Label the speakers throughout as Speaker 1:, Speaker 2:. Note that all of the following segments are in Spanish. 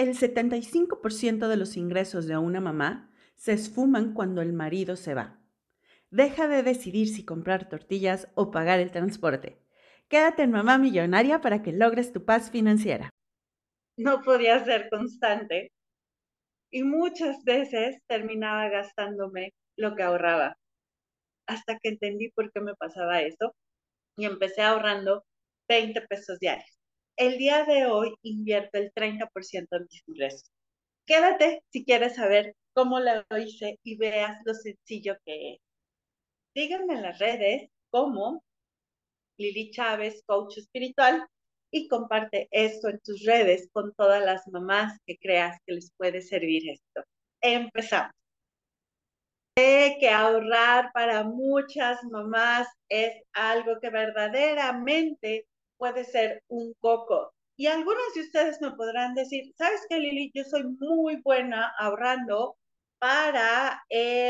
Speaker 1: El 75% de los ingresos de una mamá se esfuman cuando el marido se va. Deja de decidir si comprar tortillas o pagar el transporte. Quédate en Mamá Millonaria para que logres tu paz financiera.
Speaker 2: No podía ser constante y muchas veces terminaba gastándome lo que ahorraba, hasta que entendí por qué me pasaba eso y empecé ahorrando 20 pesos diarios. El día de hoy invierto el 30% de mis ingresos. Quédate si quieres saber cómo lo hice y veas lo sencillo que es. Síganme en las redes como Lili Chávez, coach espiritual, y comparte esto en tus redes con todas las mamás que creas que les puede servir esto. Empezamos. Sé que ahorrar para muchas mamás es algo que verdaderamente puede ser un coco. Y algunos de ustedes me podrán decir, ¿sabes qué, Lili? Yo soy muy buena ahorrando para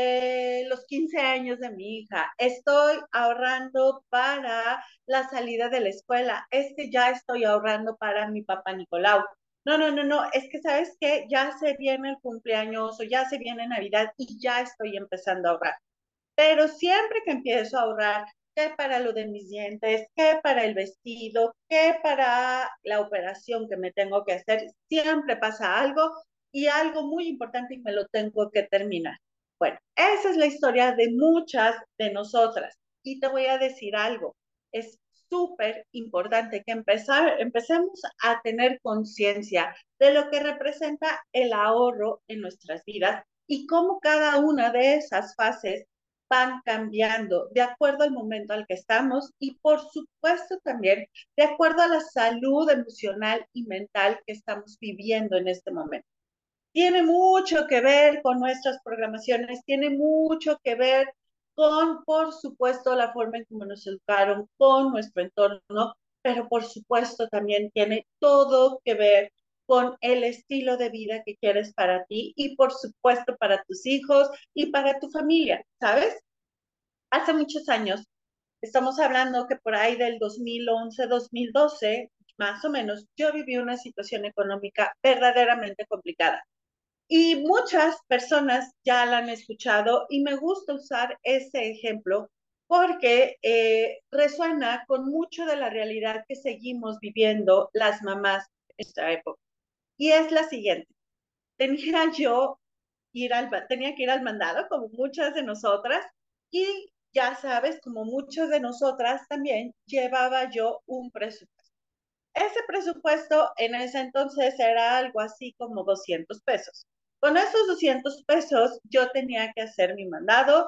Speaker 2: los 15 años de mi hija. Estoy ahorrando para la salida de la escuela. Es que ya estoy ahorrando para mi papá Nicolau. No, no, no, no, es que sabes que ya se viene el cumpleaños o ya se viene Navidad y ya estoy empezando a ahorrar. Pero siempre que empiezo a ahorrar, que para lo de mis dientes, que para el vestido, que para la operación que me tengo que hacer, siempre pasa algo y algo muy importante y me lo tengo que terminar. Bueno, esa es la historia de muchas de nosotras. Y te voy a decir algo, es súper importante que empecemos a tener conciencia de lo que representa el ahorro en nuestras vidas y cómo cada una de esas fases van cambiando de acuerdo al momento al que estamos y por supuesto también de acuerdo a la salud emocional y mental que estamos viviendo en este momento. Tiene mucho que ver con nuestras programaciones, tiene mucho que ver con, por supuesto, la forma en cómo nos educaron, con nuestro entorno, pero por supuesto también tiene todo que ver con el estilo de vida que quieres para ti y por supuesto para tus hijos y para tu familia, ¿sabes? Hace muchos años, estamos hablando que por ahí del 2011, 2012, más o menos, yo viví una situación económica verdaderamente complicada. Y muchas personas ya la han escuchado y me gusta usar ese ejemplo porque resuena con mucho de la realidad que seguimos viviendo las mamás en esta época. Y es la siguiente. Tenía yo tenía que ir al mandado, como muchas de nosotras, y ya sabes, como muchas de nosotras también, llevaba yo un presupuesto. Ese presupuesto en ese entonces era algo así como 200 pesos. Con esos 200 pesos yo tenía que hacer mi mandado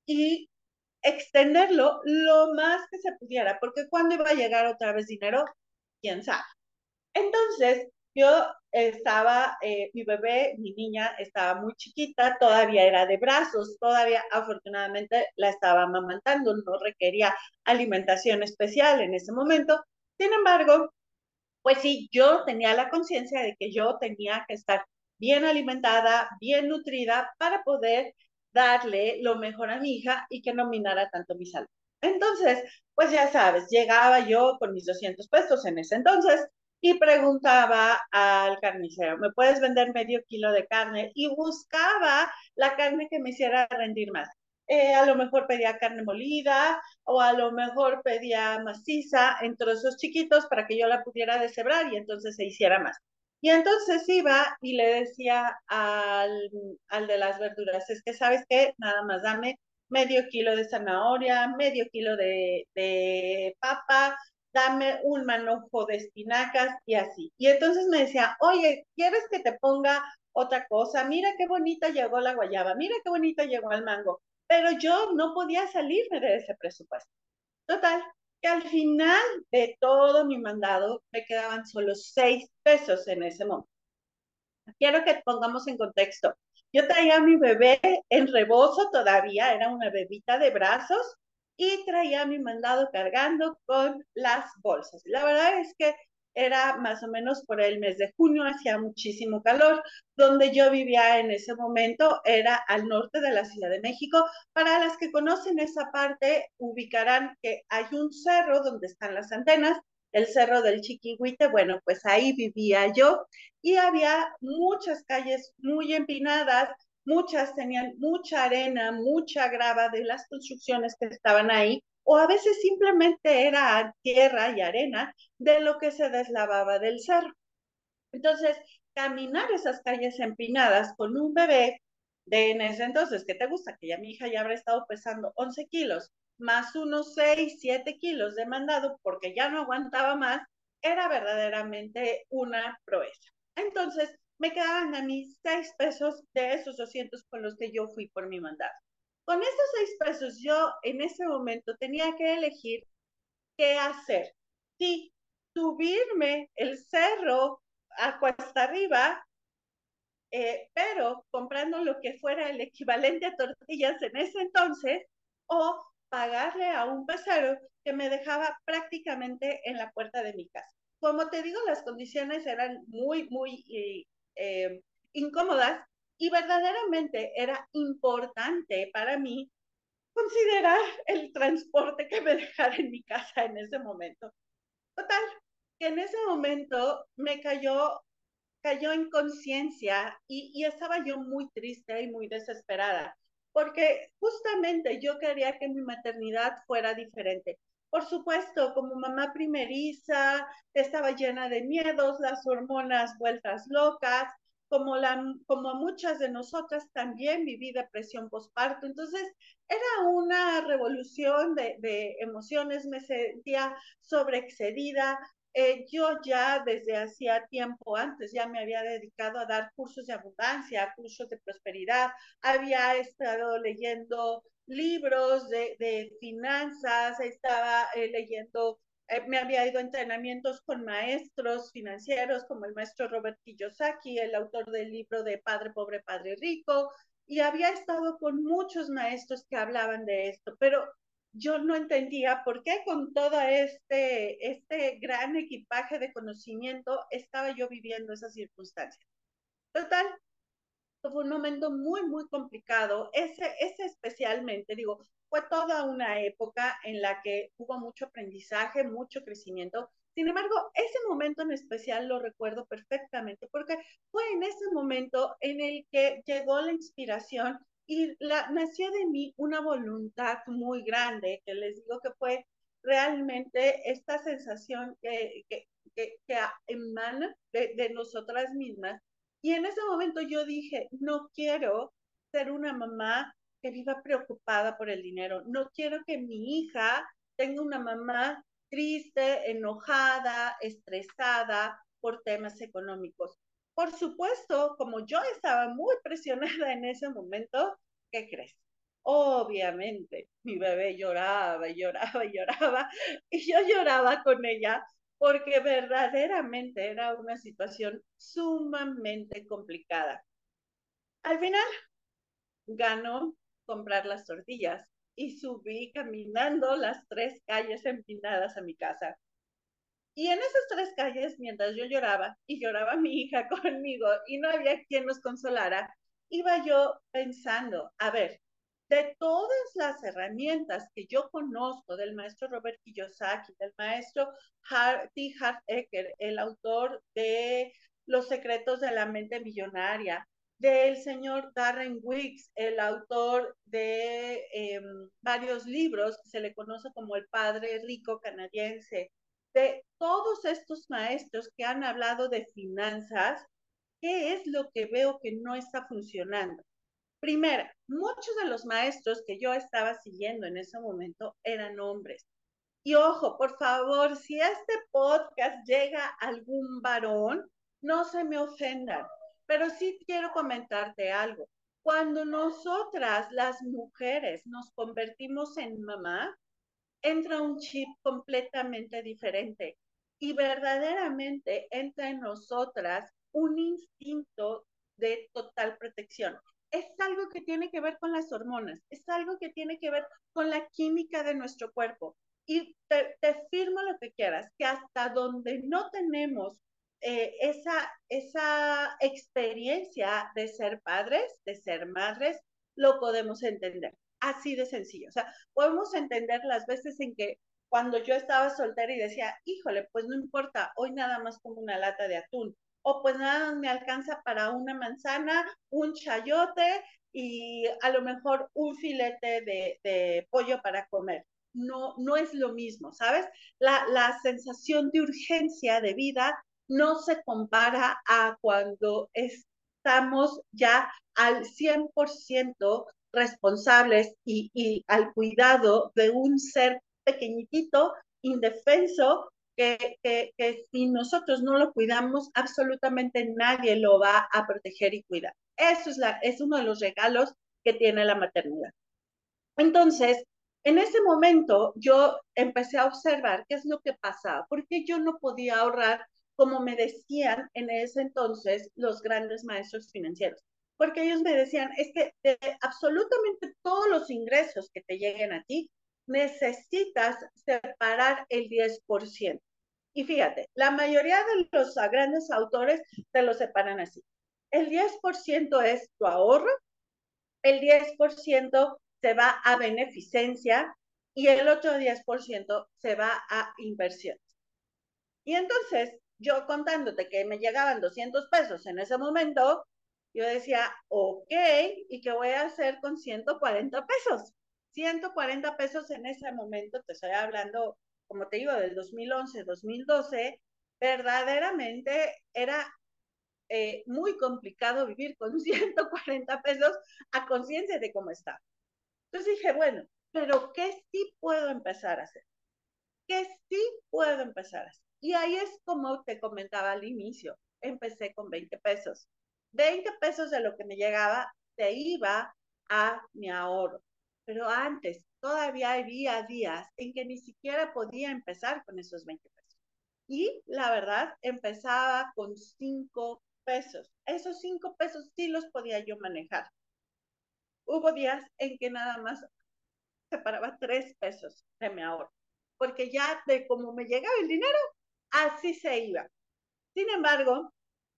Speaker 2: y extenderlo lo más que se pudiera, porque cuando iba a llegar otra vez dinero, quién sabe. Entonces, yo estaba, mi bebé, mi niña, estaba muy chiquita, todavía era de brazos, todavía afortunadamente la estaba amamantando, no requería alimentación especial en ese momento. Sin embargo, pues sí, yo tenía la conciencia de que yo tenía que estar bien alimentada, bien nutrida para poder darle lo mejor a mi hija y que no minara tanto mi salud. Entonces, pues ya sabes, llegaba yo con mis 200 pesos en ese entonces y preguntaba al carnicero, ¿me puedes vender medio kilo de carne? Y buscaba la carne que me hiciera rendir más. A lo mejor pedía carne molida, o a lo mejor pedía maciza en trozos chiquitos para que yo la pudiera deshebrar y entonces se hiciera más. Y entonces iba y le decía al de las verduras, es que sabes qué, nada más dame medio kilo de zanahoria, medio kilo de papa, dame un manojo de espinacas y así. Y entonces me decía, oye, ¿quieres que te ponga otra cosa? Mira qué bonita llegó la guayaba, mira qué bonita llegó el mango, pero yo no podía salirme de ese presupuesto. Total, que al final de todo mi mandado me quedaban solo 6 pesos en ese momento. Quiero que pongamos en contexto. Yo traía a mi bebé en rebozo todavía, era una bebita de brazos, y traía mi mandado cargando con las bolsas. La verdad es que era más o menos por el mes de junio, hacía muchísimo calor. Donde yo vivía en ese momento era al norte de la Ciudad de México. Para las que conocen esa parte, ubicarán que hay un cerro donde están las antenas el Cerro del Chiquihuite, bueno, pues ahí vivía yo y había muchas calles muy empinadas, muchas tenían mucha arena, mucha grava de las construcciones que estaban ahí, o a veces simplemente era tierra y arena de lo que se deslavaba del cerro. Entonces, caminar esas calles empinadas con un bebé de en ese entonces, ¿qué te gusta? Que ya mi hija ya habrá estado pesando 11 kilos, más unos 6, 7 kilos de mandado, porque ya no aguantaba más, era verdaderamente una proeza. Entonces, me quedaban a mí 6 pesos de esos 200 con los que yo fui por mi mandado. Con esos 6 pesos, yo en ese momento tenía que elegir qué hacer. Si subirme el cerro a cuesta arriba, pero comprando lo que fuera el equivalente a tortillas en ese entonces, o pagarle a un pecero que me dejaba prácticamente en la puerta de mi casa. Como te digo, las condiciones eran muy incómodas y verdaderamente era importante para mí considerar el transporte que me dejara en mi casa en ese momento. Total, que en ese momento cayó en conciencia y estaba yo muy triste y muy desesperada, porque justamente yo quería que mi maternidad fuera diferente. Por supuesto, como mamá primeriza, estaba llena de miedos, las hormonas vueltas locas, como muchas de nosotras también viví depresión postparto. Entonces, era una revolución de emociones, me sentía sobreexcedida, yo ya desde hacía tiempo antes ya me había dedicado a dar cursos de abundancia, cursos de prosperidad, había estado leyendo libros de finanzas, estaba leyendo, me había ido a entrenamientos con maestros financieros como el maestro Robert Kiyosaki, el autor del libro de Padre Pobre, Padre Rico, y había estado con muchos maestros que hablaban de esto, pero yo no entendía por qué con todo este gran equipaje de conocimiento estaba yo viviendo esas circunstancias. Total, fue un momento muy complicado. Ese especialmente, digo, fue toda una época en la que hubo mucho aprendizaje, mucho crecimiento. Sin embargo, ese momento en especial lo recuerdo perfectamente porque fue en ese momento en el que llegó la inspiración y nació de mí una voluntad muy grande, que les digo que fue realmente esta sensación que emana de nosotras mismas y en ese momento yo dije, no quiero ser una mamá que viva preocupada por el dinero. No quiero que mi hija tenga una mamá triste, enojada, estresada por temas económicos. Por supuesto, como yo estaba muy presionada en ese momento, ¿qué crees? Obviamente, mi bebé lloraba y lloraba y lloraba, y yo lloraba con ella porque verdaderamente era una situación sumamente complicada. Al final ganó comprar las tortillas y subí caminando las 3 calles empinadas a mi casa. Y en esas 3 calles, mientras yo lloraba y lloraba mi hija conmigo y no había quien nos consolara, iba yo pensando, a ver, de todas las herramientas que yo conozco del maestro Robert Kiyosaki, del maestro T. Harv Eker, el autor de Los secretos de la mente millonaria, del señor Darren Wicks, el autor de varios libros que se le conoce como el padre rico canadiense, de todos estos maestros que han hablado de finanzas, ¿qué es lo que veo que no está funcionando? Primera, muchos de los maestros que yo estaba siguiendo en ese momento eran hombres. Y ojo, por favor, si este podcast llega a algún varón, no se me ofendan, pero sí quiero comentarte algo. Cuando nosotras, las mujeres, nos convertimos en mamá, entra un chip completamente diferente y verdaderamente entra en nosotras un instinto de total protección. Es algo que tiene que ver con las hormonas, es algo que tiene que ver con la química de nuestro cuerpo. Y te firmo lo que quieras, que hasta donde no tenemos esa experiencia de ser padres, de ser madres, lo podemos entender. Así de sencillo. O sea, podemos entender las veces en que cuando yo estaba soltera y decía, híjole, pues no importa, hoy nada más como una lata de atún, o pues nada más me alcanza para una manzana, un chayote y a lo mejor un filete de pollo para comer. No, no es lo mismo, ¿sabes? La sensación de urgencia de vida no se compara a cuando estamos ya al 100% responsables y al cuidado de un ser pequeñitito, indefenso, que si nosotros no lo cuidamos, absolutamente nadie lo va a proteger y cuidar. Eso es uno de los regalos que tiene la maternidad. Entonces, en ese momento yo empecé a observar qué es lo que pasaba, porque yo no podía ahorrar como me decían en ese entonces los grandes maestros financieros, porque ellos me decían, es que de absolutamente todos los ingresos que te lleguen a ti, necesitas separar el 10%. Y fíjate, la mayoría de los grandes autores te lo separan así. El 10% es tu ahorro, el 10% se va a beneficencia y el otro 10% se va a inversión. Y entonces, yo contándote que me llegaban 200 pesos en ese momento, yo decía, ok, ¿y qué voy a hacer con 140 pesos? 140 pesos en ese momento, te estoy hablando, como te digo, del 2011, 2012, verdaderamente era muy complicado vivir con 140 pesos a conciencia de cómo está. Entonces dije, bueno, pero ¿qué sí puedo empezar a hacer? ¿Qué sí puedo empezar a hacer? Y ahí es como te comentaba al inicio, empecé con 20 pesos. 20 pesos de lo que me llegaba se iba a mi ahorro. Pero antes, todavía había días en que ni siquiera podía empezar con esos 20 pesos. Y la verdad, empezaba con 5 pesos. Esos 5 pesos sí los podía yo manejar. Hubo días en que nada más separaba 3 pesos de mi ahorro, porque ya de cómo me llegaba el dinero, así se iba. Sin embargo,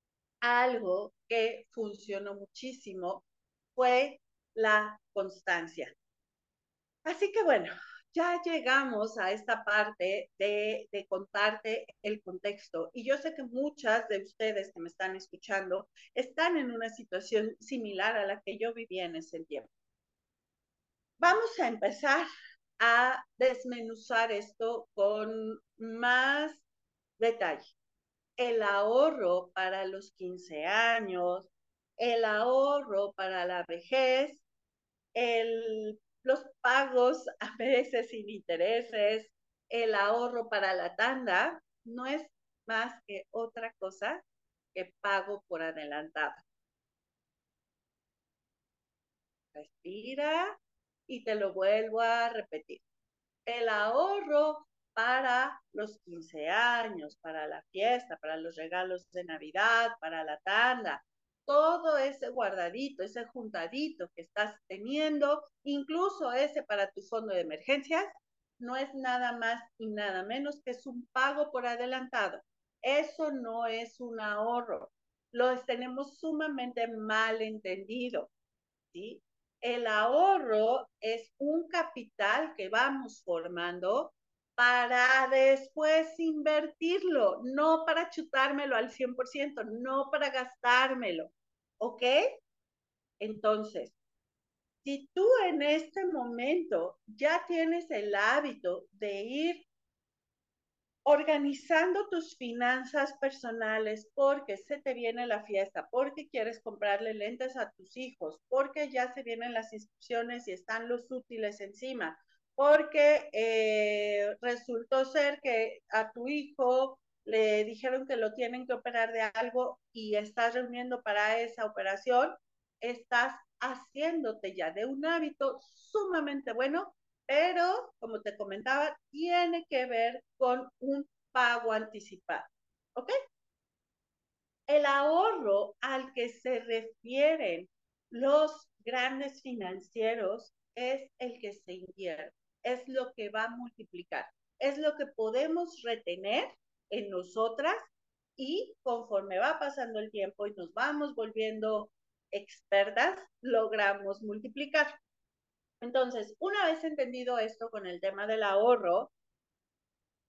Speaker 2: algo que funcionó muchísimo fue la constancia. Así que bueno, ya llegamos a esta parte de contarte el contexto y yo sé que muchas de ustedes que me están escuchando están en una situación similar a la que yo vivía en ese tiempo. Vamos a empezar a desmenuzar esto con más detalle. El ahorro para los 15 años, el ahorro para la vejez, los pagos a veces sin intereses, el ahorro para la tanda, no es más que otra cosa que pago por adelantado. Respira y te lo vuelvo a repetir. El ahorro para los 15 años, para la fiesta, para los regalos de Navidad, para la tanda, todo ese guardadito, ese juntadito que estás teniendo, incluso ese para tu fondo de emergencias, no es nada más y nada menos que es un pago por adelantado. Eso no es un ahorro. Lo tenemos sumamente mal entendido. ¿Sí? El ahorro es un capital que vamos formando para después invertirlo, no para chutármelo al 100%, no para gastármelo. ¿Ok? Entonces, si tú en este momento ya tienes el hábito de ir organizando tus finanzas personales porque se te viene la fiesta, porque quieres comprarle lentes a tus hijos, porque ya se vienen las inscripciones y están los útiles encima, porque resultó ser que a tu hijo le dijeron que lo tienen que operar de algo y estás reuniendo para esa operación, estás haciéndote ya de un hábito sumamente bueno, pero como te comentaba, tiene que ver con un pago anticipado. ¿Ok? El ahorro al que se refieren los grandes financieros es el que se invierte, es lo que va a multiplicar, es lo que podemos retener en nosotras y conforme va pasando el tiempo y nos vamos volviendo expertas, logramos multiplicar. Entonces, una vez entendido esto con el tema del ahorro,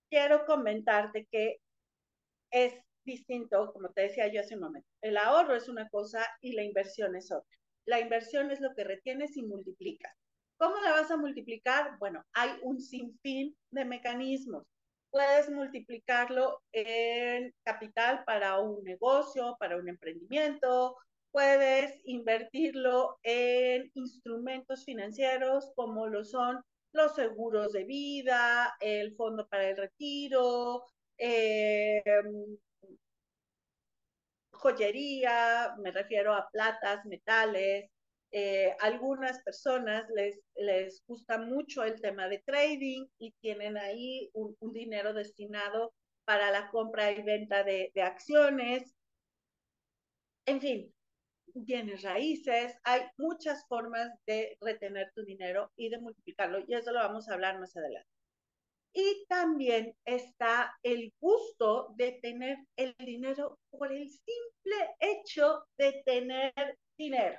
Speaker 2: quiero comentarte que es distinto, como te decía yo hace un momento. El ahorro es una cosa y la inversión es otra. La inversión es lo que retienes y multiplicas. ¿Cómo la vas a multiplicar? Bueno, hay un sinfín de mecanismos. Puedes multiplicarlo en capital para un negocio, para un emprendimiento. Puedes invertirlo en instrumentos financieros como lo son los seguros de vida, el fondo para el retiro, eh, joyería, me refiero a platas, metales. Algunas personas les gusta mucho el tema de trading y tienen ahí un dinero destinado para la compra y venta de acciones. En fin, bienes raíces, hay muchas formas de retener tu dinero y de multiplicarlo, y eso lo vamos a hablar más adelante. Y también está el gusto de tener el dinero por el simple hecho de tener dinero.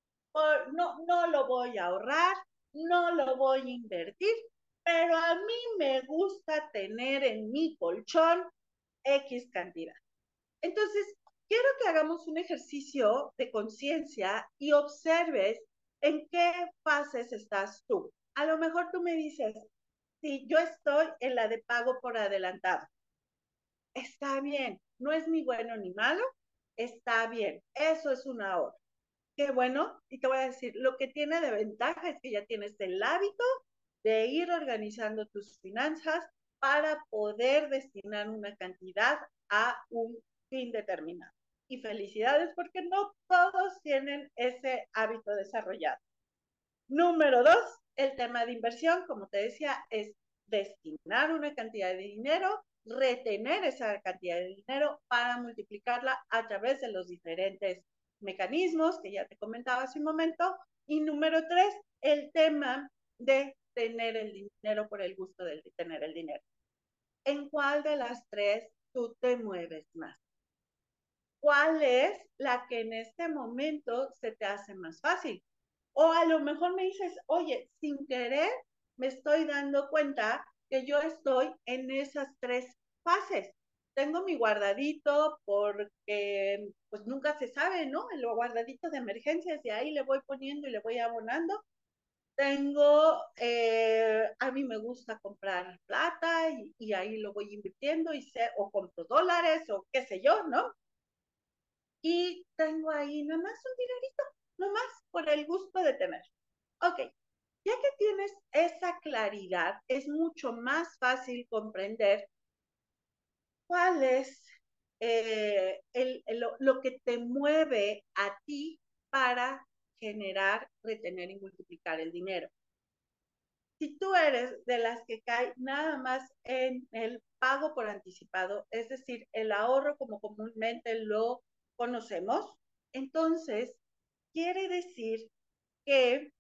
Speaker 2: No lo voy a ahorrar, no lo voy a invertir, pero a mí me gusta tener en mi colchón X cantidad. Entonces, quiero que hagamos un ejercicio de conciencia y observes en qué fases estás tú. A lo mejor tú me dices, sí, yo estoy en la de pago por adelantado. Está bien, no es ni bueno ni malo, está bien, eso es un ahorro. Qué bueno, y te voy a decir, lo que tiene de ventaja es que ya tienes el hábito de ir organizando tus finanzas para poder destinar una cantidad a un fin determinado. Y felicidades porque no todos tienen ese hábito desarrollado. Número dos, el tema de inversión, como te decía, es destinar una cantidad de dinero, retener esa cantidad de dinero para multiplicarla a través de los diferentes mecanismos que ya te comentaba hace un momento. Y número tres, el tema de tener el dinero por el gusto de tener el dinero. ¿En cuál de las tres tú te mueves más? ¿Cuál es la que en este momento se te hace más fácil? O a lo mejor me dices, oye, sin querer me estoy dando cuenta que yo estoy en esas tres fases. Tengo mi guardadito porque pues nunca se sabe, ¿no? El guardadito de emergencias y ahí le voy poniendo y le voy abonando. Tengo, a mí me gusta comprar plata y ahí lo voy invirtiendo o compro dólares o qué sé yo, ¿no? Y tengo ahí nada más un dinerito, nada más por el gusto de tener. Ok, ya que tienes esa claridad, es mucho más fácil comprender cuál es lo que te mueve a ti para generar, retener y multiplicar el dinero. Si tú eres de las que cae nada más en el pago por anticipado, es decir, el ahorro como comúnmente lo conocemos, entonces quiere decir que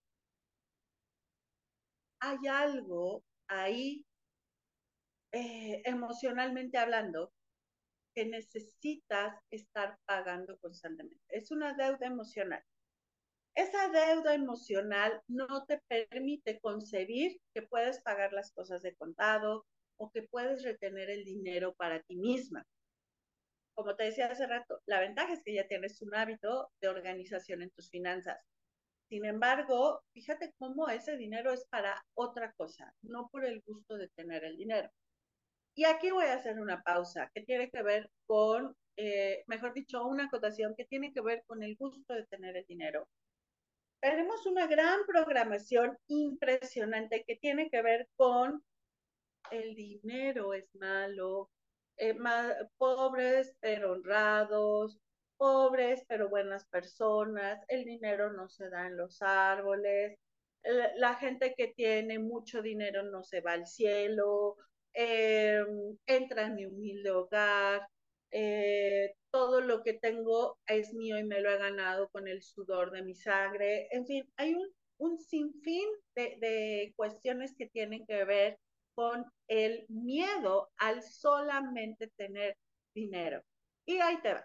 Speaker 2: hay algo ahí emocionalmente hablando que necesitas estar pagando constantemente. Es una deuda emocional. Esa deuda emocional no te permite concebir que puedes pagar las cosas de contado o que puedes retener el dinero para ti misma. Como te decía hace rato, la ventaja es que ya tienes un hábito de organización en tus finanzas. Sin embargo, fíjate cómo ese dinero es para otra cosa, no por el gusto de tener el dinero. Y aquí voy a hacer una pausa que tiene que ver con, mejor dicho, una acotación que tiene que ver con el gusto de tener el dinero. Tenemos una gran programación impresionante que tiene que ver con el dinero es malo, pobres pero honrados, pobres pero buenas personas, el dinero no se da en los árboles, la gente que tiene mucho dinero no se va al cielo, eh, entra en mi humilde hogar, todo lo que tengo es mío y me lo he ganado con el sudor de mi sangre, en fin, hay un sinfín de cuestiones que tienen que ver con el miedo al solamente tener dinero. Y ahí te va.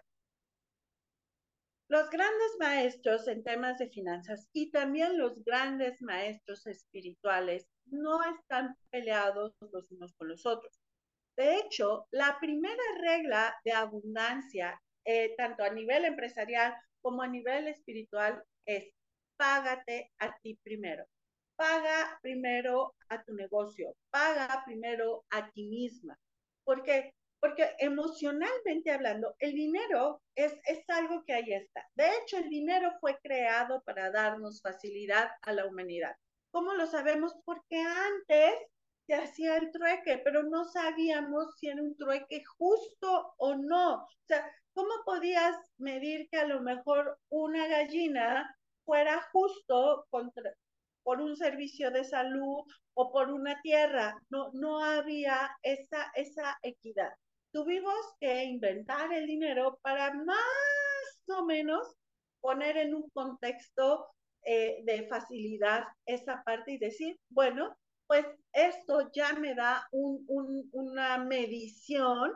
Speaker 2: Los grandes maestros en temas de finanzas y también los grandes maestros espirituales no están peleados los unos con los otros. De hecho, la primera regla de abundancia, tanto a nivel empresarial como a nivel espiritual, es págate a ti primero. Paga primero a tu negocio, paga primero a ti misma. ¿Por qué? Porque emocionalmente hablando, el dinero es algo que ahí está. De hecho, el dinero fue creado para darnos facilidad a la humanidad. ¿Cómo lo sabemos? Porque antes se hacía el trueque, pero no sabíamos si era un trueque justo o no. O sea, ¿cómo podías medir que a lo mejor una gallina fuera justo por un servicio de salud o por una tierra? No, no había esa equidad. Tuvimos que inventar el dinero para más o menos poner en un contexto de facilidad esa parte y decir, bueno, pues esto ya me da una medición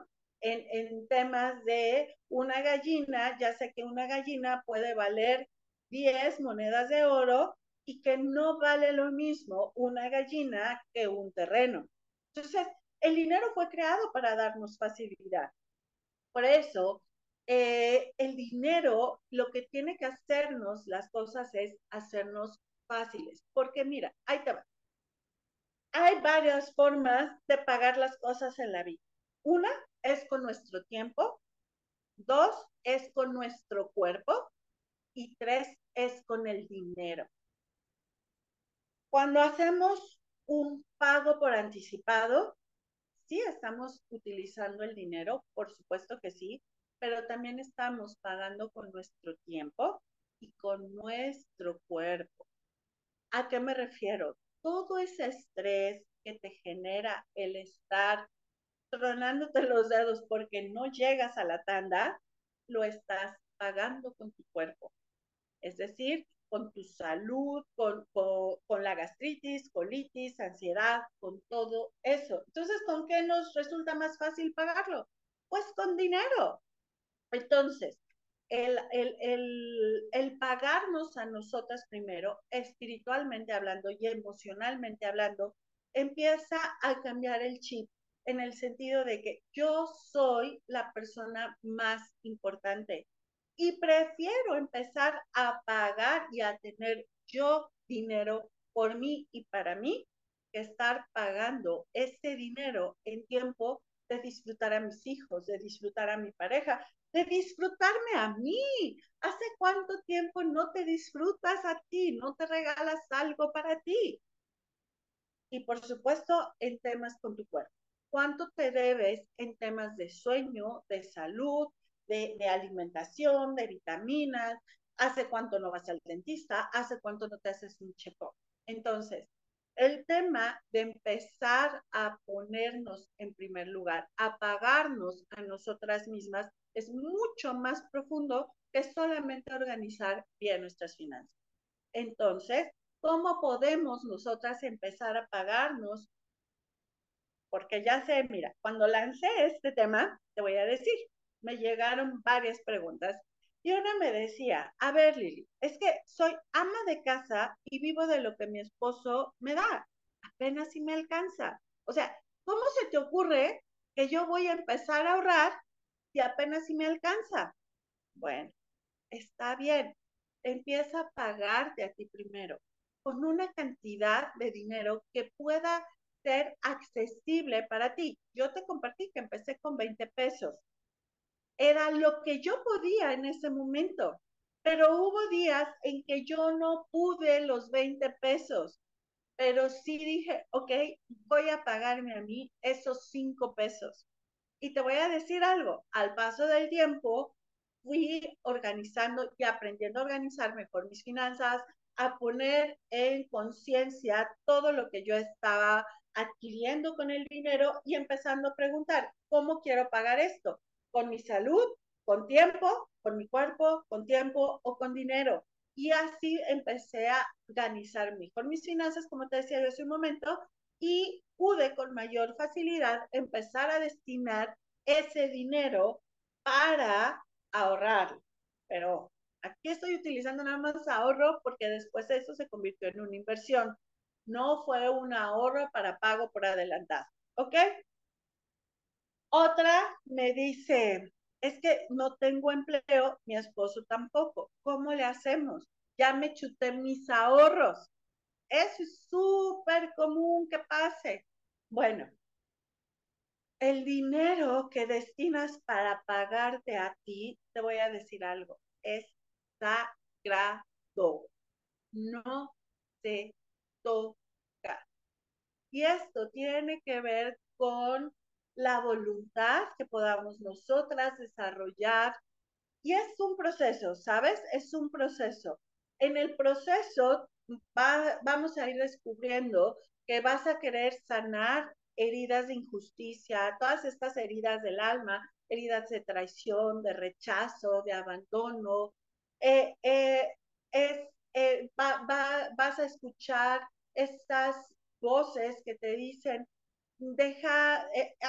Speaker 2: temas de una gallina. Ya sé que una gallina puede valer 10 monedas de oro y que no vale lo mismo una gallina que un terreno. Entonces, el dinero fue creado para darnos facilidad. Por eso, el dinero lo que tiene que hacernos las cosas es hacernos fáciles. Porque mira, ahí te va. Hay varias formas de pagar las cosas en la vida. Una es con nuestro tiempo, dos es con nuestro cuerpo y tres es con el dinero. Cuando hacemos un pago por anticipado, sí estamos utilizando el dinero, por supuesto que sí, pero también estamos pagando con nuestro tiempo y con nuestro cuerpo. ¿A qué me refiero? Todo ese estrés que te genera el estar tronándote los dedos porque no llegas a la tanda, lo estás pagando con tu cuerpo. Es decir, con tu salud, con la gastritis, colitis, ansiedad, con todo eso. Entonces, ¿con qué nos resulta más fácil pagarlo? Pues con dinero. Entonces, el pagarnos a nosotras primero, espiritualmente hablando y emocionalmente hablando, empieza a cambiar el chip en el sentido de que yo soy la persona más importante y prefiero empezar a pagar y a tener yo dinero por mí y para mí que estar pagando ese dinero en tiempo de disfrutar a mis hijos, de disfrutar a mi pareja, de disfrutarme a mí. ¿Hace cuánto tiempo no te disfrutas a ti? ¿No te regalas algo para ti? Y por supuesto, en temas con tu cuerpo. ¿Cuánto te debes en temas de sueño, de salud, de alimentación, de vitaminas? ¿Hace cuánto no vas al dentista? ¿Hace cuánto no te haces un check-up? Entonces, el tema de empezar a ponernos en primer lugar, a pagarnos a nosotras mismas, es mucho más profundo que solamente organizar bien nuestras finanzas. Entonces, ¿cómo podemos nosotras empezar a pagarnos? Porque ya sé, mira, cuando lancé este tema, te voy a decir, me llegaron varias preguntas y una me decía, a ver, Lili, es que soy ama de casa y vivo de lo que mi esposo me da, apenas si me alcanza. O sea, ¿cómo se te ocurre que yo voy a empezar a ahorrar si apenas si me alcanza? Bueno, está bien, empieza a pagarte a ti primero con una cantidad de dinero que pueda ser accesible para ti. Yo te compartí que empecé con 20 pesos. Era lo que yo podía en ese momento, pero hubo días en que yo no pude los 20 pesos, pero sí dije, ok, voy a pagarme a mí esos 5 pesos. Y te voy a decir algo, al paso del tiempo fui organizando y aprendiendo a organizar mejor mis finanzas, a poner en conciencia todo lo que yo estaba adquiriendo con el dinero y empezando a preguntar, ¿cómo quiero pagar esto? ¿Con mi salud? ¿Con tiempo? ¿Con mi cuerpo? ¿Con tiempo o con dinero? Y así empecé a organizar mejor mis finanzas, como te decía yo hace un momento, y pude con mayor facilidad empezar a destinar ese dinero para ahorrar. Pero aquí estoy utilizando nada más ahorro porque después eso se convirtió en una inversión. No fue un ahorro para pago por adelantado. ¿Ok? Otra me dice, es que no tengo empleo, mi esposo tampoco. ¿Cómo le hacemos? Ya me chuté mis ahorros. Eso es súper común que pase. Bueno, el dinero que destinas para pagarte a ti, te voy a decir algo, es sagrado. No se toca. Y esto tiene que ver con la voluntad que podamos nosotras desarrollar. Y es un proceso, ¿sabes? Es un proceso. En el proceso vamos a ir descubriendo que vas a querer sanar heridas de injusticia, todas estas heridas del alma, heridas de traición, de rechazo, de abandono. Eh, eh, vas a escuchar estas voces que te dicen, deja,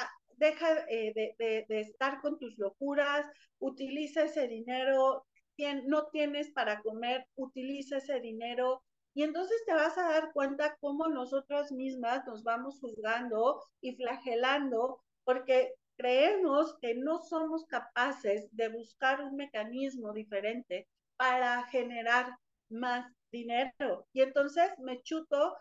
Speaker 2: deja de estar con tus locuras, utiliza ese dinero, no tienes para comer, utiliza ese dinero. Y entonces te vas a dar cuenta cómo nosotras mismas nos vamos juzgando y flagelando porque creemos que no somos capaces de buscar un mecanismo diferente para generar más dinero. Y entonces me chuto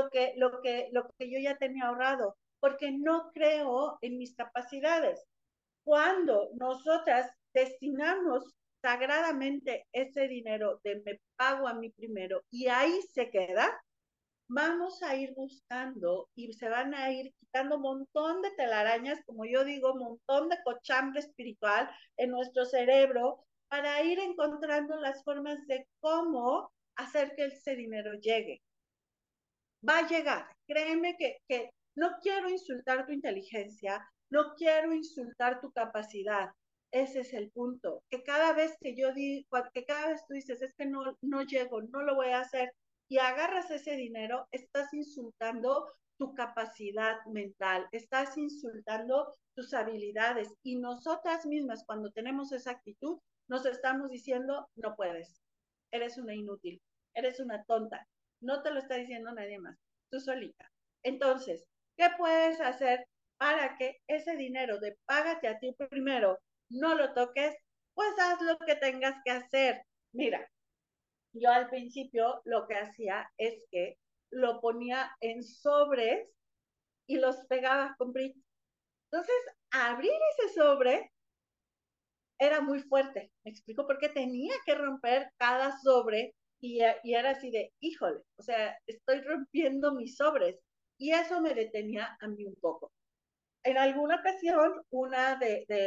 Speaker 2: lo que yo ya tenía ahorrado, porque no creo en mis capacidades. Cuando nosotras destinamos sagradamente ese dinero de me pago a mí primero y ahí se queda, vamos a ir buscando y se van a ir quitando un montón de telarañas, como yo digo, un montón de cochambre espiritual en nuestro cerebro para ir encontrando las formas de cómo hacer que ese dinero llegue. Va a llegar. Créeme que no quiero insultar tu inteligencia, no quiero insultar tu capacidad. Ese es el punto. Que cada vez que yo digo, que cada vez tú dices, es que no llego, no lo voy a hacer, y agarras ese dinero, estás insultando tu capacidad mental, estás insultando tus habilidades. Y nosotras mismas, cuando tenemos esa actitud, nos estamos diciendo, no puedes, eres una inútil, eres una tonta. No te lo está diciendo nadie más, tú solita. Entonces, ¿qué puedes hacer para que ese dinero de págate a ti primero no lo toques? Pues haz lo que tengas que hacer. Mira, yo al principio lo que hacía es que lo ponía en sobres y los pegaba con brillo. Entonces, abrir ese sobre era muy fuerte. Me explico porque tenía que romper cada sobre y era así de, híjole, o sea, estoy rompiendo mis sobres. Y eso me detenía a mí un poco. En alguna ocasión, una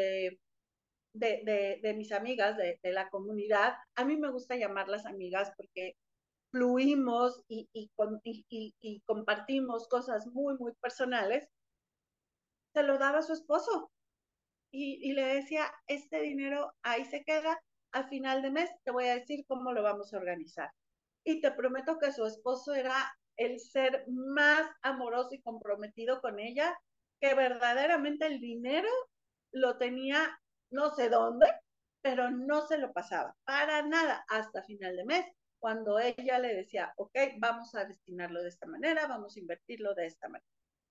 Speaker 2: de mis amigas de la comunidad, a mí me gusta llamarlas amigas porque fluimos y compartimos cosas muy, muy personales, se lo daba a su esposo y le decía, este dinero ahí se queda, a final de mes te voy a decir cómo lo vamos a organizar. Y te prometo que su esposo era el ser más amoroso y comprometido con ella, que verdaderamente el dinero lo tenía no sé dónde, pero no se lo pasaba para nada hasta final de mes, cuando ella le decía, ok, vamos a destinarlo de esta manera, vamos a invertirlo de esta manera.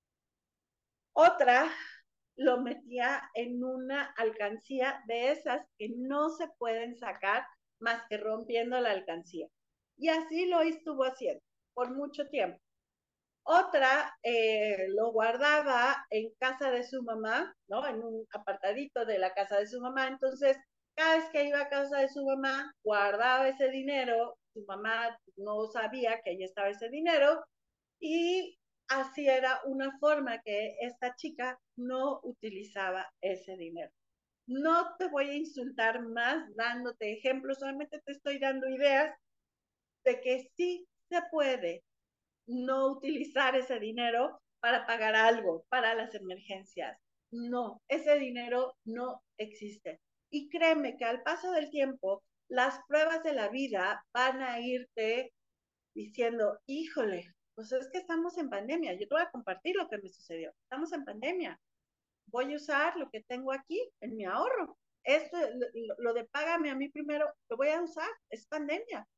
Speaker 2: Otra lo metía en una alcancía de esas que no se pueden sacar más que rompiendo la alcancía. Y así lo estuvo haciendo por mucho tiempo. Otra lo guardaba en casa de su mamá, ¿no? En un apartadito de la casa de su mamá. Entonces, cada vez que iba a casa de su mamá, guardaba ese dinero. Su mamá no sabía que ahí estaba ese dinero y así era una forma que esta chica no utilizaba ese dinero. No te voy a insultar más dándote ejemplos, solamente te estoy dando ideas de que sí se puede no utilizar ese dinero para pagar algo, para las emergencias. No, ese dinero no existe. Y créeme que al paso del tiempo, las pruebas de la vida van a irte diciendo, híjole, pues es que estamos en pandemia. Yo te voy a compartir lo que me sucedió. Estamos en pandemia. Voy a usar lo que tengo aquí en mi ahorro. Esto, lo de págame a mí primero, lo voy a usar. Es pandemia.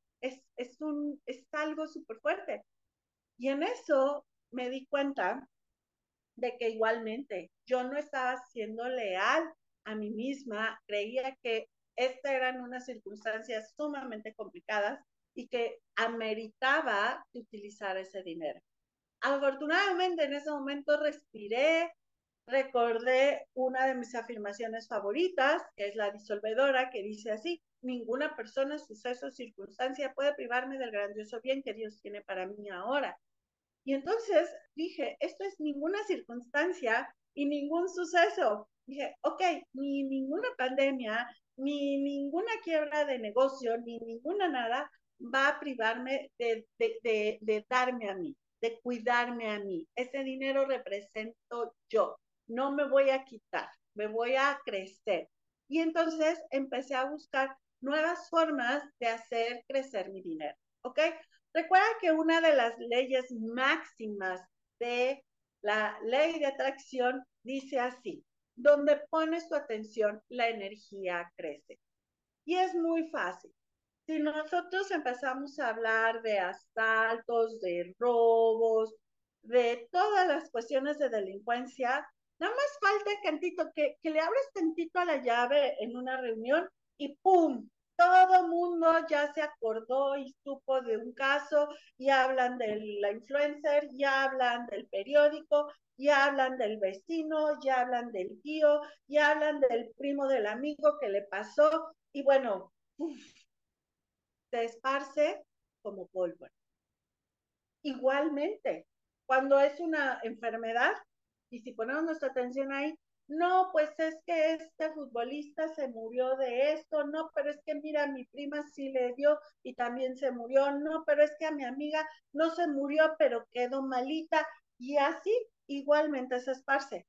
Speaker 2: Es algo súper fuerte. Y en eso me di cuenta de que igualmente yo no estaba siendo leal a mí misma, creía que estas eran unas circunstancias sumamente complicadas y que ameritaba utilizar ese dinero. Afortunadamente en ese momento respiré, recordé una de mis afirmaciones favoritas, que es la disolvedora, que dice así: ninguna persona, suceso, circunstancia puede privarme del grandioso bien que Dios tiene para mí ahora. Y entonces dije, esto es ninguna circunstancia y ningún suceso. Dije, ok, ni ninguna pandemia, ni ninguna quiebra de negocio, ni ninguna nada va a privarme de darme a mí, de cuidarme a mí. Ese dinero represento yo. No me voy a quitar, me voy a crecer. Y entonces empecé a buscar nuevas formas de hacer crecer mi dinero. ¿Ok? Recuerda que una de las leyes máximas de la ley de atracción dice así: donde pones tu atención, la energía crece. Y es muy fácil. Si nosotros empezamos a hablar de asaltos, de robos, de todas las cuestiones de delincuencia, nada más falta tantito que le abres tantito a la llave en una reunión y ¡pum! Todo mundo ya se acordó y supo de un caso, y hablan de la influencer, ya hablan del periódico, ya hablan del vecino, ya hablan del tío, ya hablan del primo del amigo que le pasó, y bueno, se esparce como pólvora. Igualmente, cuando es una enfermedad, y si ponemos nuestra atención ahí, no, pues es que este futbolista se murió de esto, no, pero es que mira, mi prima sí le dio y también se murió, no, pero es que a mi amiga no se murió, pero quedó malita, y así igualmente se esparce.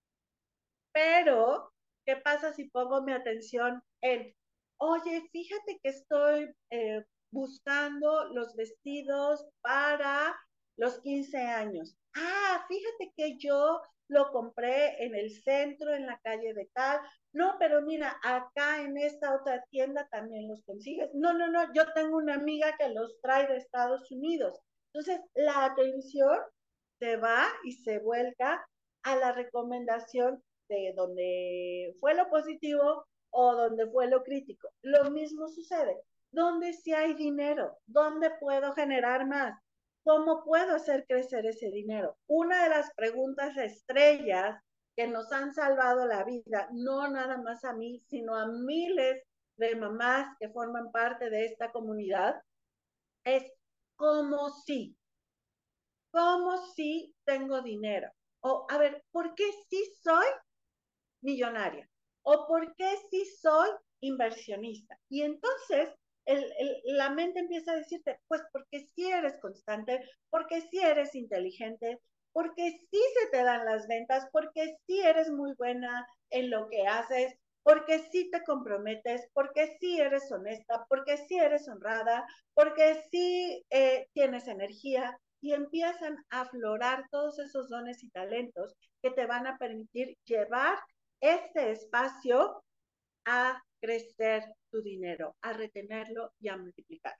Speaker 2: Pero, ¿qué pasa si pongo mi atención en, oye, fíjate que estoy buscando los vestidos para los 15 años? Ah, fíjate que yo lo compré en el centro, en la calle de tal. No, pero mira, acá en esta otra tienda también los consigues. No, no, no, yo tengo una amiga que los trae de Estados Unidos. Entonces, la atención se va y se vuelca a la recomendación de donde fue lo positivo o donde fue lo crítico. Lo mismo sucede. ¿Dónde sí hay dinero? ¿Dónde puedo generar más? ¿Cómo puedo hacer crecer ese dinero? Una de las preguntas estrellas que nos han salvado la vida, no nada más a mí, sino a miles de mamás que forman parte de esta comunidad, es cómo sí, cómo sí tengo dinero. O, a ver, ¿por qué sí soy millonaria? ¿O por qué sí soy inversionista? Y entonces la mente empieza a decirte, pues porque sí eres constante, porque sí eres inteligente, porque sí se te dan las ventas, porque sí eres muy buena en lo que haces, porque sí te comprometes, porque sí eres honesta, porque sí eres honrada, porque sí tienes energía, y empiezan a aflorar todos esos dones y talentos que te van a permitir llevar este espacio a crecer tu dinero, a retenerlo y a multiplicar.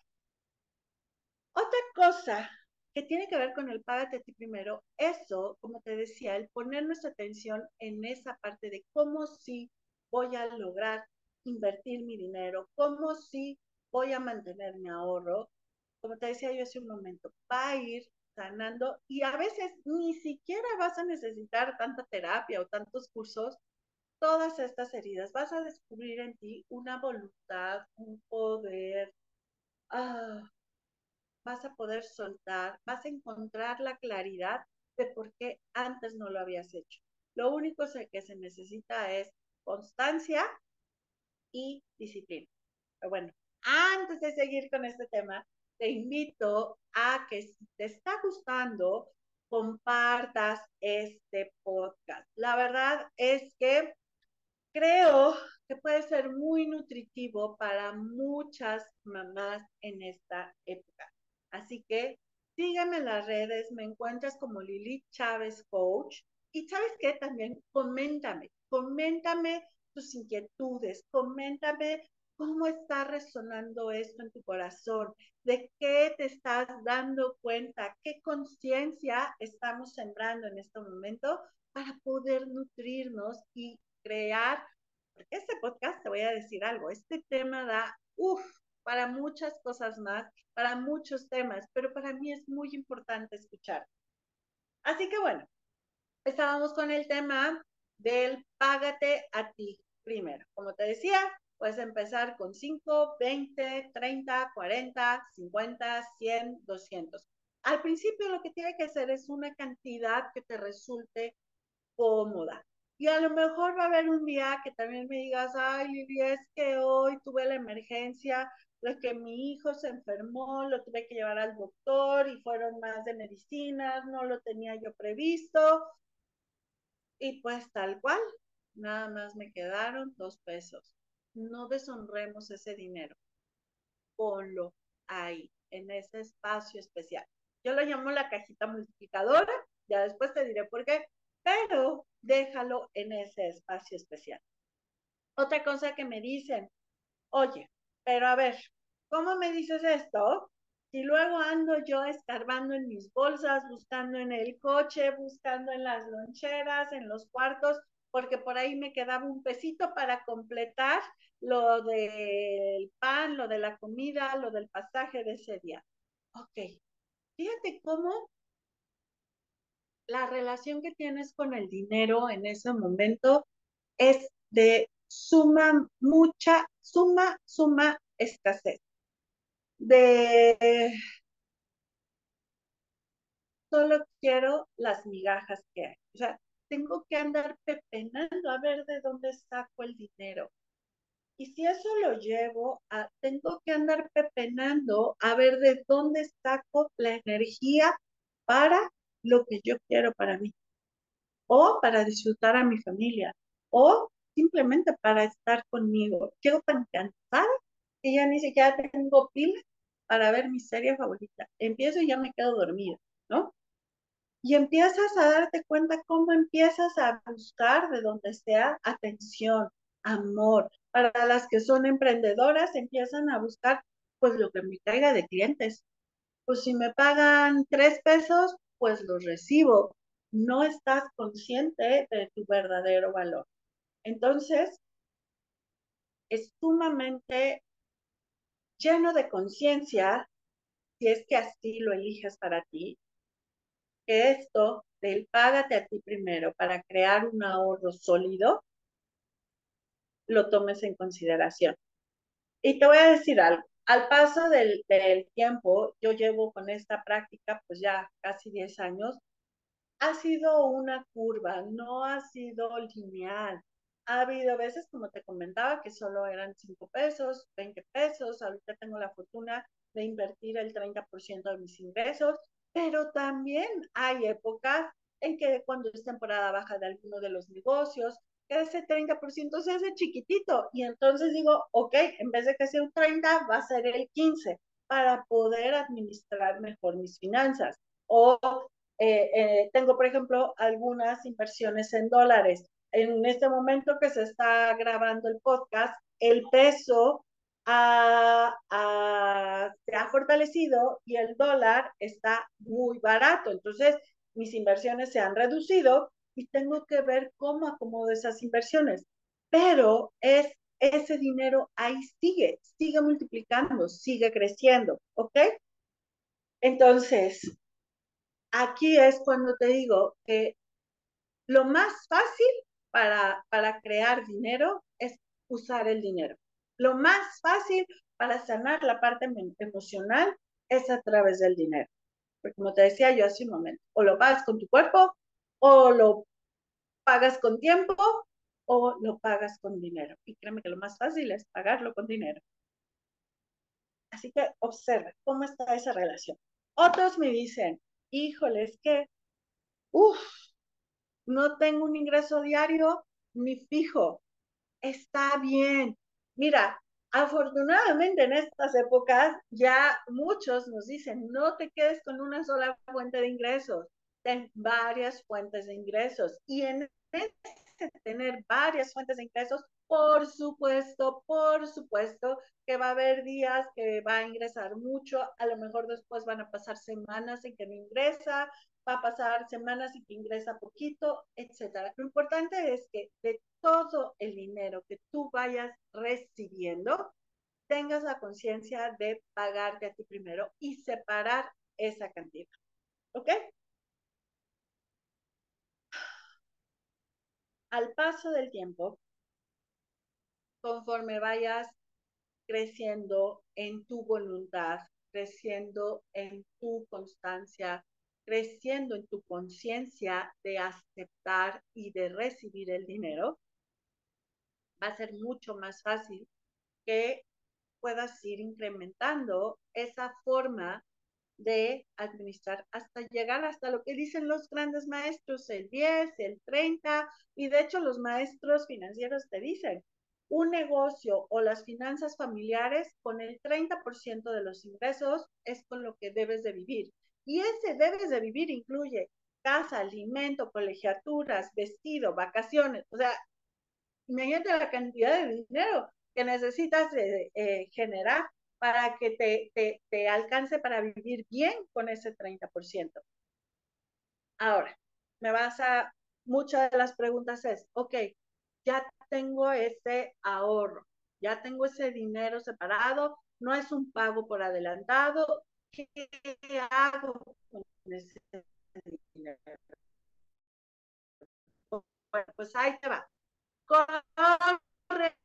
Speaker 2: Otra cosa que tiene que ver con el págate a ti primero, eso, como te decía, el poner nuestra atención en esa parte de cómo sí voy a lograr invertir mi dinero, cómo sí voy a mantener mi ahorro, como te decía yo hace un momento, va a ir sanando, y a veces ni siquiera vas a necesitar tanta terapia o tantos cursos. Todas estas heridas, vas a descubrir en ti una voluntad, un poder, ah, vas a poder soltar, vas a encontrar la claridad de por qué antes no lo habías hecho. Lo único que se necesita es constancia y disciplina. Pero bueno, antes de seguir con este tema, te invito a que si te está gustando, compartas este podcast. La verdad es que creo que puede ser muy nutritivo para muchas mamás en esta época. Así que sígueme en las redes, me encuentras como Lili Chávez Coach. Y sabes qué, también coméntame tus inquietudes, coméntame cómo está resonando esto en tu corazón, de qué te estás dando cuenta, qué conciencia estamos sembrando en este momento para poder nutrirnos y crear, porque este podcast, te voy a decir algo, este tema da, para muchas cosas más, para muchos temas, pero para mí es muy importante escuchar. Así que bueno, estábamos con el tema del págate a ti primero. Como te decía, puedes empezar con 5, 20, 30, 40, 50, 100, 200. Al principio lo que tiene que hacer es una cantidad que te resulte cómoda. Y a lo mejor va a haber un día que también me digas, ay, Lili, es que hoy tuve la emergencia de que mi hijo se enfermó, lo tuve que llevar al doctor y fueron más de medicinas, no lo tenía yo previsto. Y pues tal cual, nada más me quedaron 2 pesos. No deshonremos ese dinero, ponlo ahí, en ese espacio especial. Yo lo llamo la cajita multiplicadora, ya después te diré por qué, pero déjalo en ese espacio especial. Otra cosa que me dicen, oye, pero a ver, ¿cómo me dices esto? Si luego ando yo escarbando en mis bolsas, buscando en el coche, buscando en las loncheras, en los cuartos, porque por ahí me quedaba un pesito para completar lo del pan, lo de la comida, lo del pasaje de ese día. Ok, fíjate cómo la relación que tienes con el dinero en ese momento es de suma escasez. De solo quiero las migajas que hay. O sea, tengo que andar pepenando a ver de dónde saco el dinero. Y si eso lo llevo a, tengo que andar pepenando a ver de dónde saco la energía para lo que yo quiero para mí, o para disfrutar a mi familia, o simplemente para estar conmigo. Llego tan cansada que ya ni siquiera tengo pilas para ver mi serie favorita. Empiezo y ya me quedo dormida, ¿no? Y empiezas a darte cuenta cómo empiezas a buscar de donde sea atención, amor. Para las que son emprendedoras, empiezan a buscar pues lo que me caiga de clientes. Pues si me pagan 3 pesos, pues los recibo. No estás consciente de tu verdadero valor. Entonces, es sumamente lleno de conciencia, si es que así lo eliges para ti, que esto del págate a ti primero para crear un ahorro sólido, lo tomes en consideración. Y te voy a decir algo. Al paso del tiempo, yo llevo con esta práctica pues ya casi 10 años, ha sido una curva, no ha sido lineal. Ha habido veces, como te comentaba, que solo eran 5 pesos, 20 pesos. Ahorita tengo la fortuna de invertir el 30% de mis ingresos, pero también hay épocas en que cuando es temporada baja de alguno de los negocios, que ese 30% se hace chiquitito y entonces digo, ok, en vez de que sea un 30, va a ser el 15 para poder administrar mejor mis finanzas. O tengo, por ejemplo, algunas inversiones en dólares. En este momento que se está grabando el podcast, el peso se ha fortalecido y el dólar está muy barato. Entonces, mis inversiones se han reducido y tengo que ver cómo acomodo esas inversiones. Pero ese dinero ahí sigue multiplicando, sigue creciendo, ¿ok? Entonces, aquí es cuando te digo que lo más fácil para crear dinero es usar el dinero. Lo más fácil para sanar la parte emocional es a través del dinero. Porque como te decía yo hace un momento, o lo pagas con tu cuerpo, o lo pagas con tiempo, o lo pagas con dinero. Y créeme que lo más fácil es pagarlo con dinero. Así que observa cómo está esa relación. Otros me dicen, híjole, es que, uff, no tengo un ingreso diario ni fijo. Está bien. Mira, afortunadamente en estas épocas ya muchos nos dicen, no te quedes con una sola fuente de ingresos, ten varias fuentes de ingresos. Y en ese tener varias fuentes de ingresos, por supuesto que va a haber días que va a ingresar mucho, a lo mejor después van a pasar semanas en que no ingresa, va a pasar semanas en que ingresa poquito, etcétera. Lo importante es que de todo el dinero que tú vayas recibiendo, tengas la conciencia de pagarte a ti primero y separar esa cantidad. ¿Ok? Al paso del tiempo, conforme vayas creciendo en tu voluntad, creciendo en tu constancia, creciendo en tu conciencia de aceptar y de recibir el dinero, va a ser mucho más fácil que puedas ir incrementando esa forma de administrar hasta llegar hasta lo que dicen los grandes maestros, el 10, el 30, y de hecho los maestros financieros te dicen, un negocio o las finanzas familiares con el 30% de los ingresos es con lo que debes de vivir. Y ese debes de vivir incluye casa, alimento, colegiaturas, vestido, vacaciones, o sea, imagínate la cantidad de dinero que necesitas generar para que te alcance para vivir bien con ese 30%. Ahora, me vas a, muchas de las preguntas es, ok, ya tengo ese ahorro, ya tengo ese dinero separado, no es un pago por adelantado, ¿qué hago con ese dinero? Bueno, pues ahí te va. Corre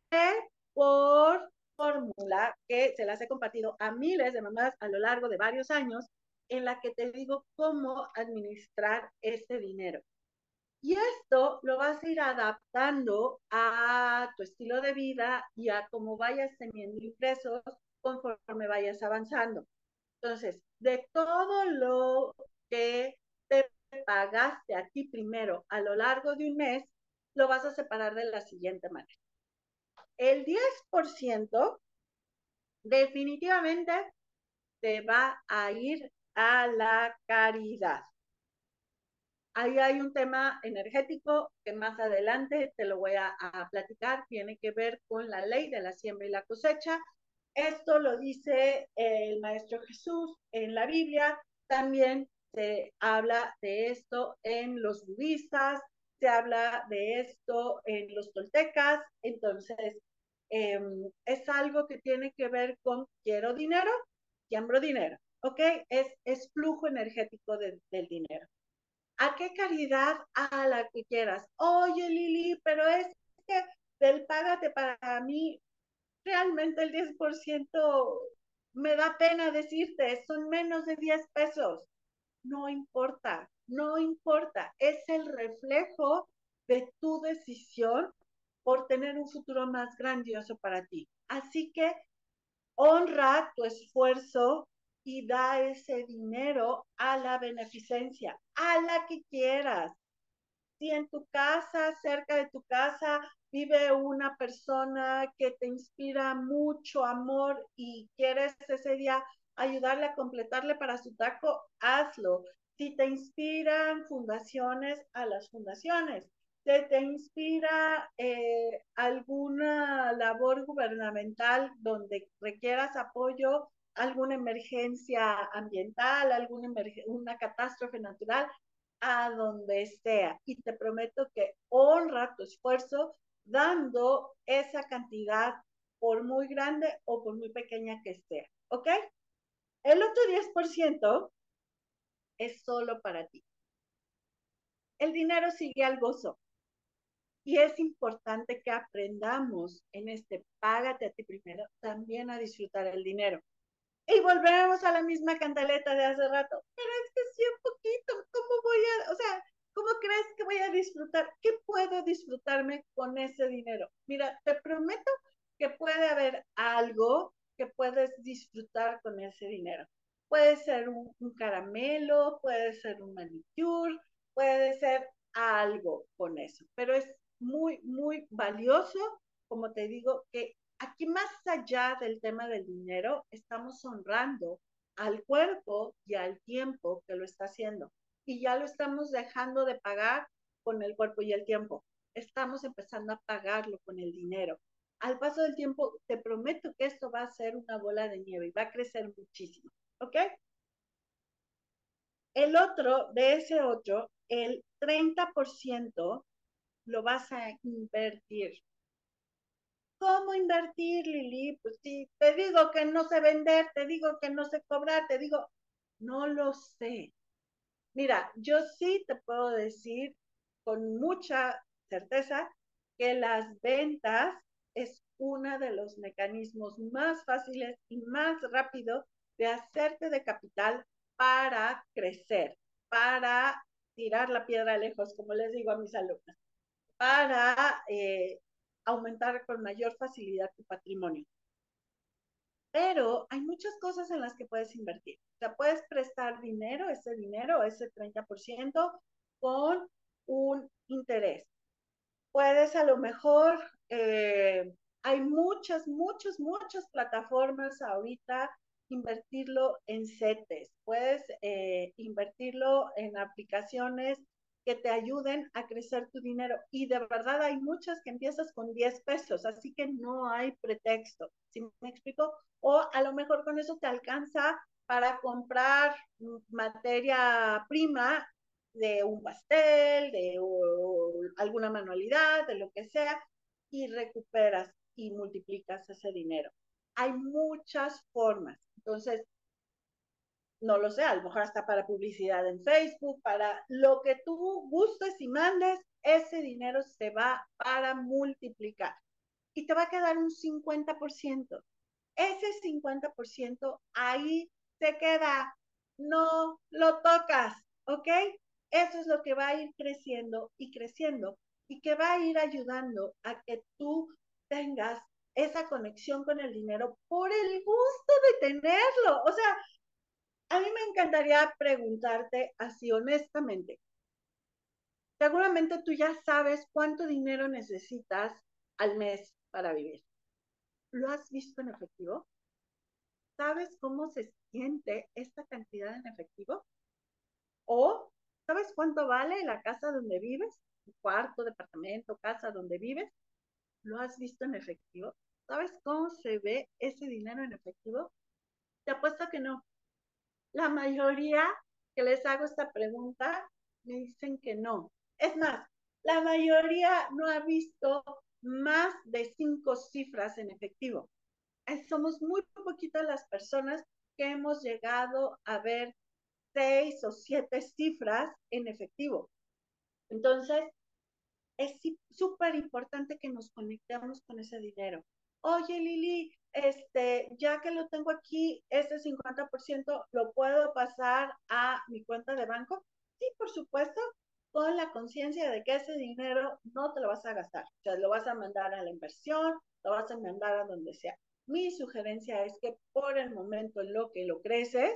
Speaker 2: por fórmula que se las he compartido a miles de mamás a lo largo de varios años, en la que te digo cómo administrar ese dinero. Y esto lo vas a ir adaptando a tu estilo de vida y a cómo vayas teniendo ingresos conforme vayas avanzando. Entonces, de todo lo que te pagaste a ti primero a lo largo de un mes, lo vas a separar de la siguiente manera. El 10% definitivamente te va a ir a la caridad. Ahí hay un tema energético que más adelante te lo voy a platicar, tiene que ver con la ley de la siembra y la cosecha. Esto lo dice el Maestro Jesús en la Biblia, también se habla de esto en los budistas, se habla de esto en los toltecas, entonces es algo que tiene que ver con quiero dinero, siembro dinero, ¿ok? Es flujo energético del dinero. ¿A qué caridad? A la que quieras. Oye, Lili, pero es que del págate para mí, realmente el 10% me da pena decirte, son menos de 10 pesos. No importa, no importa. Es el reflejo de tu decisión por tener un futuro más grandioso para ti. Así que honra tu esfuerzo y da ese dinero a la beneficencia, a la que quieras. Si en tu casa, cerca de tu casa, vive una persona que te inspira mucho amor y quieres ese día ayudarle a completarle para su taco, hazlo. Si te inspiran fundaciones, a las fundaciones. Si te inspira alguna labor gubernamental donde requieras apoyo, alguna emergencia ambiental, una catástrofe natural, a donde sea. Y te prometo que honra tu esfuerzo dando esa cantidad por muy grande o por muy pequeña que sea. ¿Ok? El otro 10% es solo para ti. El dinero sigue al gozo. Y es importante que aprendamos en este págate a ti primero también a disfrutar el dinero. Y volvemos a la misma cantaleta de hace rato. Pero es que sí, un poquito. ¿Cómo voy a, o sea, cómo crees que voy a disfrutar? ¿Qué puedo disfrutarme con ese dinero? Mira, te prometo que puede haber algo que puedes disfrutar con ese dinero. Puede ser un caramelo, puede ser un manicure, puede ser algo con eso. Pero es muy, muy valioso, como te digo, que aquí más allá del tema del dinero, estamos honrando al cuerpo y al tiempo que lo está haciendo. Y ya lo estamos dejando de pagar con el cuerpo y el tiempo. estamos empezando a pagarlo con el dinero. Al paso del tiempo, te prometo que esto va a ser una bola de nieve y va a crecer muchísimo, ¿ok? El otro, de ese otro, el 30% lo vas a invertir. ¿Cómo invertir, Lili? Pues sí, te digo que no sé vender, te digo que no sé cobrar, te digo, no lo sé. Mira, yo sí te puedo decir con mucha certeza que las ventas es uno de los mecanismos más fáciles y más rápido de hacerte de capital para crecer, para tirar la piedra lejos, como les digo a mis alumnos, para aumentar con mayor facilidad tu patrimonio. Pero hay muchas cosas en las que puedes invertir. O sea, puedes prestar dinero, ese 30%, con un interés. Puedes a lo mejor, hay muchas plataformas ahorita, invertirlo en CETES. Puedes invertirlo en aplicaciones que te ayuden a crecer tu dinero. Y de verdad hay muchas que empiezas con 10 pesos, así que no hay pretexto. ¿Sí me explico? O a lo mejor con eso te alcanza para comprar materia prima de un pastel, de alguna manualidad, de lo que sea, y recuperas y multiplicas ese dinero. Hay muchas formas. Entonces, no lo sé, a lo mejor hasta para publicidad en Facebook, para lo que tú gustes y mandes, ese dinero se va para multiplicar y te va a quedar un 50%. Ese 50% ahí se queda, no lo tocas, ¿ok? Eso es lo que va a ir creciendo y creciendo y que va a ir ayudando a que tú tengas esa conexión con el dinero por el gusto de tenerlo. O sea, a mí me encantaría preguntarte así honestamente. Seguramente tú ya sabes cuánto dinero necesitas al mes para vivir. ¿Lo has visto en efectivo? ¿Sabes cómo se siente esta cantidad en efectivo? ¿O sabes cuánto vale la casa donde vives? ¿Tu cuarto, departamento, casa donde vives? ¿Lo has visto en efectivo? ¿Sabes cómo se ve ese dinero en efectivo? Te apuesto que no. La mayoría que les hago esta pregunta me dicen que no. Es más, la mayoría no ha visto más de 5 cifras en efectivo. Somos muy poquitas las personas que hemos llegado a ver 6 o 7 cifras en efectivo. Entonces, es súper importante que nos conectemos con ese dinero. Oye, Lili, ya que lo tengo aquí, ese 50% lo puedo pasar a mi cuenta de banco. Sí, por supuesto, con la conciencia de que ese dinero no te lo vas a gastar. O sea, lo vas a mandar a la inversión, lo vas a mandar a donde sea. Mi sugerencia es que por el momento en lo que lo creces,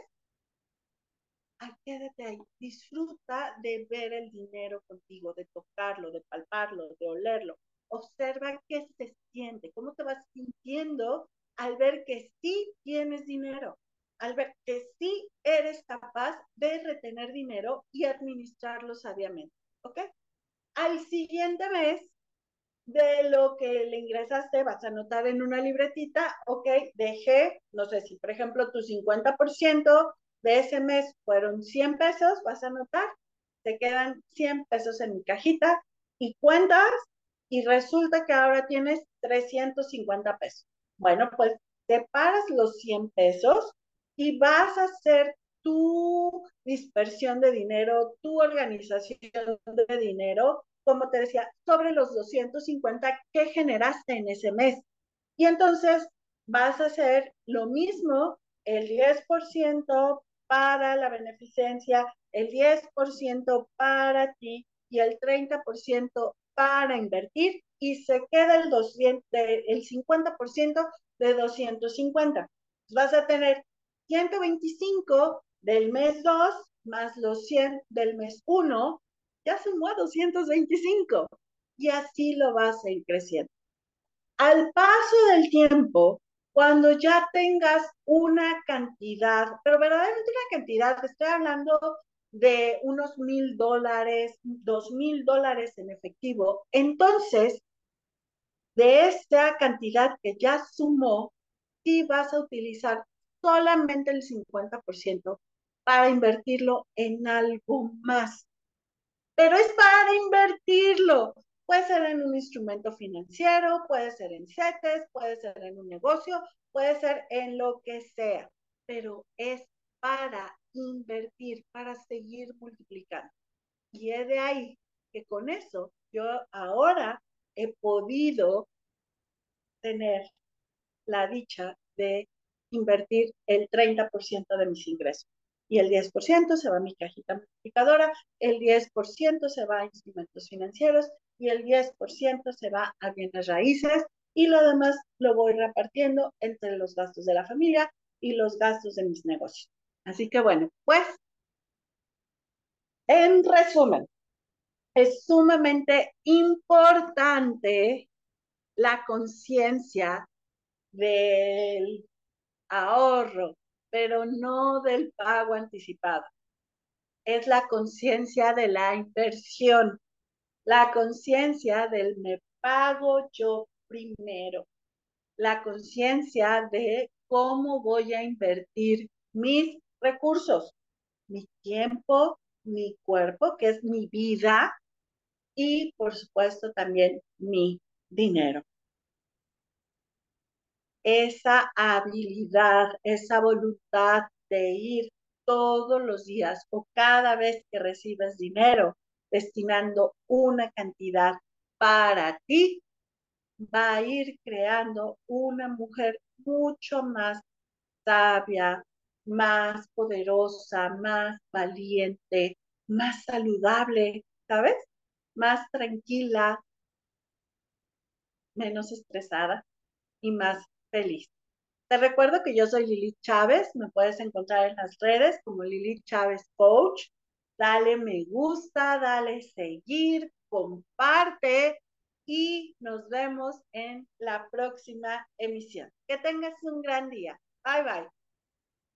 Speaker 2: quédate ahí, disfruta de ver el dinero contigo, de tocarlo, de palparlo, de olerlo. Observa qué se siente, cómo te vas sintiendo al ver que sí tienes dinero, al ver que sí eres capaz de retener dinero y administrarlo sabiamente, ¿ok? Al siguiente mes de lo que le ingresaste, vas a anotar en una libretita, ok, dejé, no sé si por ejemplo tu 50% de ese mes fueron 100 pesos, vas a anotar, te quedan 100 pesos en mi cajita y cuentas y resulta que ahora tienes 350 pesos. Bueno, pues te paras los 100 pesos y vas a hacer tu dispersión de dinero, tu organización de dinero, como te decía, sobre los 250 que generaste en ese mes. Y entonces vas a hacer lo mismo, el 10% para la beneficencia, el 10% para ti y el 30% para invertir y se queda el 50% de 250. Vas a tener 125 del mes 2 más los 100 del mes 1, ya sumó 225 y así lo vas a ir creciendo. Al paso del tiempo, cuando ya tengas una cantidad, pero verdaderamente una cantidad, estoy hablando de unos $1,000, $2,000 en efectivo, entonces de esa cantidad que ya sumó, sí vas a utilizar solamente el 50% para invertirlo en algo más. Pero es para invertirlo. Puede ser en un instrumento financiero, puede ser en CETES, puede ser en un negocio, puede ser en lo que sea, pero es para invertir, para seguir multiplicando. Y es de ahí que con eso yo ahora he podido tener la dicha de invertir el 30% de mis ingresos. Y el 10% se va a mi cajita multiplicadora, el 10% se va a instrumentos financieros y el 10% se va a bienes raíces y lo demás lo voy repartiendo entre los gastos de la familia y los gastos de mis negocios. Así que bueno, pues en resumen, es sumamente importante la conciencia del ahorro, pero no del pago anticipado. Es la conciencia de la inversión, la conciencia del me pago yo primero, la conciencia de cómo voy a invertir mis recursos, mi tiempo, mi cuerpo, que es mi vida, y por supuesto también mi dinero. Esa habilidad, esa voluntad de ir todos los días o cada vez que recibes dinero, destinando una cantidad para ti, va a ir creando una mujer mucho más sabia, más poderosa, más valiente, más saludable, ¿sabes? Más tranquila, menos estresada y más feliz. Te recuerdo que yo soy Lilith Chávez, me puedes encontrar en las redes como Lilith Chávez Coach. Dale me gusta, dale seguir, comparte y nos vemos en la próxima emisión. Que tengas un gran día. Bye bye.